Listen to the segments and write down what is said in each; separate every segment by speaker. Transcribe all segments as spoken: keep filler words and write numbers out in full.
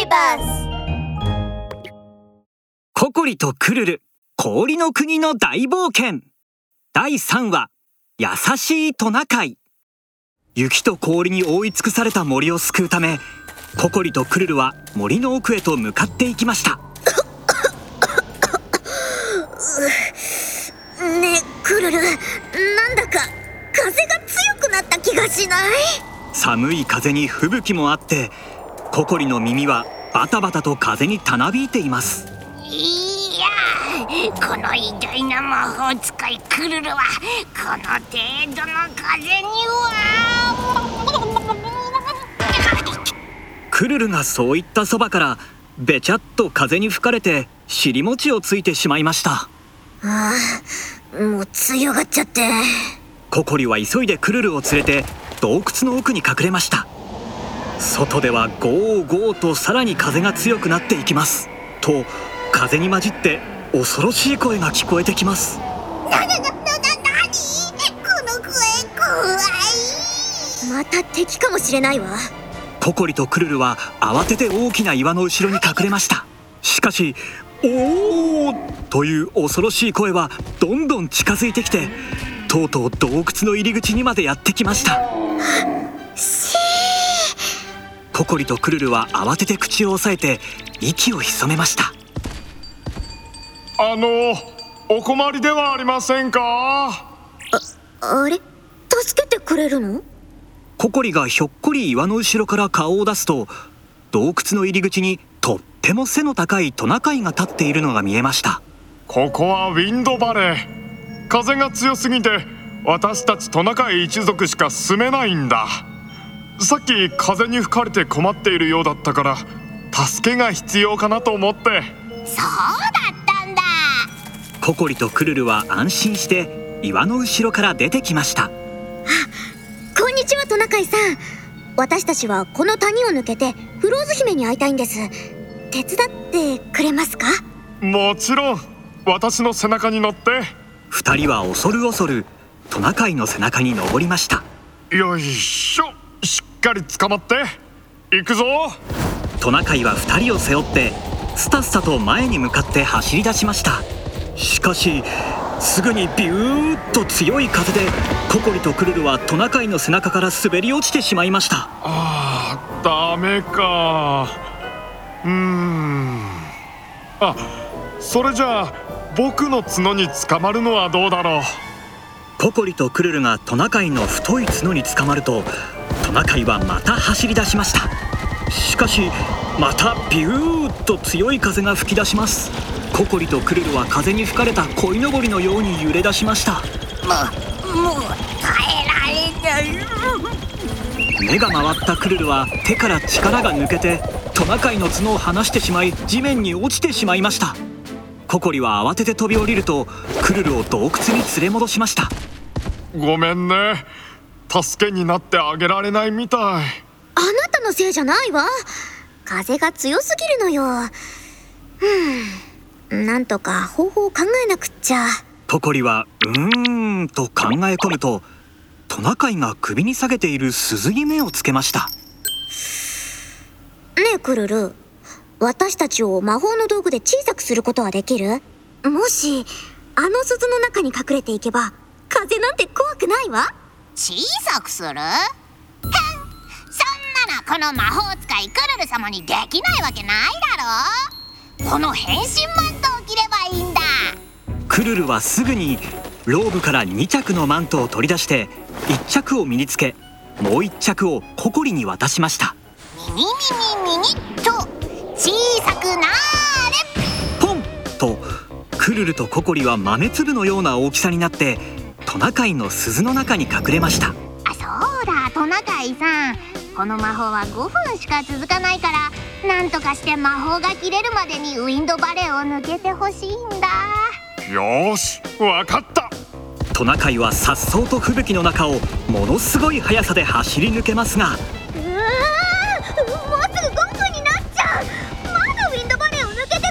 Speaker 1: ビバス。
Speaker 2: ココリとクルル、氷の国の大冒険。だいさんわ、優しいトナカイ。雪と氷に覆い尽くされた森を救うため、ココリとクルルは森の奥へと向かっていきました。
Speaker 1: ねえクルル、なんだか風が強くなった気がしない？
Speaker 2: 寒い風に吹雪もあって、ココリの耳はバタバタと風にたなびいています。
Speaker 3: いや、この偉大な魔法使いクルルはこの程度の風には。
Speaker 2: クルルがそう言ったそばからべちゃっと風に吹かれて尻餅をついてしまいました。
Speaker 1: ああ、もう強がっちゃって。
Speaker 2: ココリは急いでクルルを連れて洞窟の奥に隠れました。外ではゴーゴーとさらに風が強くなっていきます。と風に混じって恐ろしい声が聞こえてきます。
Speaker 1: ななななななに？この声怖い。また敵かもしれないわ。
Speaker 2: ココリとクルルは慌てて大きな岩の後ろに隠れました。しかし、おーという恐ろしい声はどんどん近づいてきて、とうとう洞窟の入り口にまでやってきました。ココリとクルルは慌てて口を押さえて息を潜めました。
Speaker 4: あの、お困りではありませんか？
Speaker 1: あ、あれ？助けてくれるの？
Speaker 2: ココリがひょっこり岩の後ろから顔を出すと、洞窟の入り口にとっても背の高いトナカイが立っているのが見えました。
Speaker 4: ここはウィンドバレー。風が強すぎて私たちトナカイ一族しか住めないんだ。さっき風に吹かれて困っているようだったから助けが必要かなと思って。
Speaker 3: そうだったんだ。
Speaker 2: ココリとクルルは安心して岩の後ろから出てきました。
Speaker 1: こんにちはトナカイさん。私たちはこの谷を抜けてフローズ姫に会いたいんです。手伝ってくれますか？
Speaker 4: もちろん、私の背中に乗って。
Speaker 2: 二人は恐る恐るトナカイの背中に登りました。
Speaker 4: よいしょ、しっかり捕まって。行くぞ。
Speaker 2: トナカイは二人を背負ってスタッサと前に向かって走り出しました。しかしすぐにビューッと強い風でココリとクルルはトナカイの背中から滑り落ちてしまいました。
Speaker 4: あー、ダメか。うーん。あ、それじゃあ僕の角に捕まるのはどうだろう。
Speaker 2: ココリとクルルがトナカイの太い角に捕まると、トナカイはまた走り出しました。しかしまたビューッと強い風が吹き出します。ココリとクルルは風に吹かれた鯉のぼりのように揺れ出しました。
Speaker 3: もう、もう耐えられない。
Speaker 2: 目が回ったクルルは手から力が抜けてトナカイの角を離してしまい、地面に落ちてしまいました。ココリは慌てて飛び降りるとクルルを洞窟に連れ戻しました。
Speaker 4: ごめんね、助けになってあげられないみたい。
Speaker 1: あなたのせいじゃないわ。風が強すぎるのよ。ふん、なんとか方法を考えなくっちゃ。
Speaker 2: ココリはうーんと考え込むと、トナカイが首に下げている鈴に目をつけました。
Speaker 1: ねえクルル、私たちを魔法の道具で小さくすることはできる？もしあの鈴の中に隠れていけば風なんて怖くないわ。
Speaker 3: 小さくする？へん、そんなのこの魔法使いクルル様にできないわけないだろ。この変身マントを着ればいいんだ。
Speaker 2: クルルはすぐにローブからに着のマントを取り出していっ着を身につけ、もういっ着をココリに渡しました。
Speaker 3: ミニミニミニっと小さくなーれ。
Speaker 2: ポンとクルルとココリは豆粒のような大きさになってトナカイの鈴の中に隠れました。
Speaker 3: あ、そうだトナカイさん、この魔法はごふんしか続かないから、なんとかして魔法が切れるまでにウィンドバレーを抜けてほしいんだ。
Speaker 4: よーし、わかった。
Speaker 2: トナカイは颯爽と吹雪の中をものすごい速さで走り抜けますが、
Speaker 1: うわー、もうすぐごふんになっちゃう。まだウィンドバレーを抜け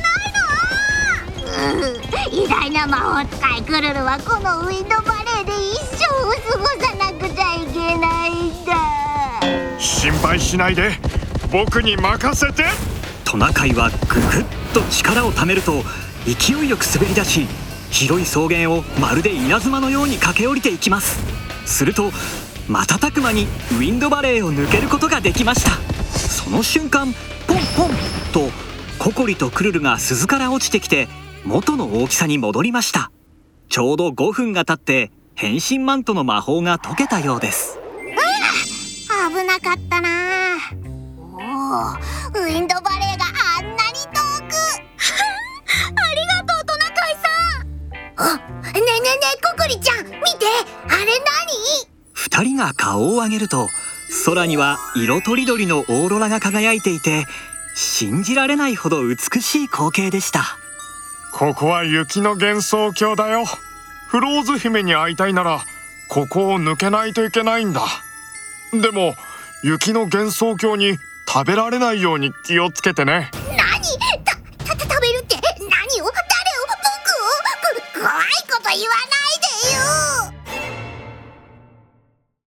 Speaker 1: てないの？
Speaker 3: うん、偉大な魔法使いクルルはこのウィンドバレーで一生を過ごさなくちゃいけないんだ。
Speaker 4: 心配しないで、僕に任せて。
Speaker 2: トトナカイはぐぐっと力をためると勢いよく滑り出し、広い草原をまるで稲妻のように駆け下りていきます。すると瞬く間にウィンドバレーを抜けることができました。その瞬間、ポンポンとココリとクルルが鈴から落ちてきて元の大きさに戻りました。ちょうどごふんが経って変身マントの魔法が解けたようです。
Speaker 3: 危なかったな。おお、ウィンドバレーがあんなに遠く
Speaker 1: ありがとうトナカイさん。
Speaker 3: あ、ねえねえねえココリちゃん、見て、あれ何？
Speaker 2: 二人が顔を上げると空には色とりどりのオーロラが輝いていて、信じられないほど美しい光景でした。
Speaker 4: ここは雪の幻想郷だよ。フローズ姫に会いたいならここを抜けないといけないんだ。でも雪の幻想郷に食べられないように気をつけてね。
Speaker 3: 何？た、た、た食べるって何を？誰を？僕を？こ、怖いこと言わないでよ。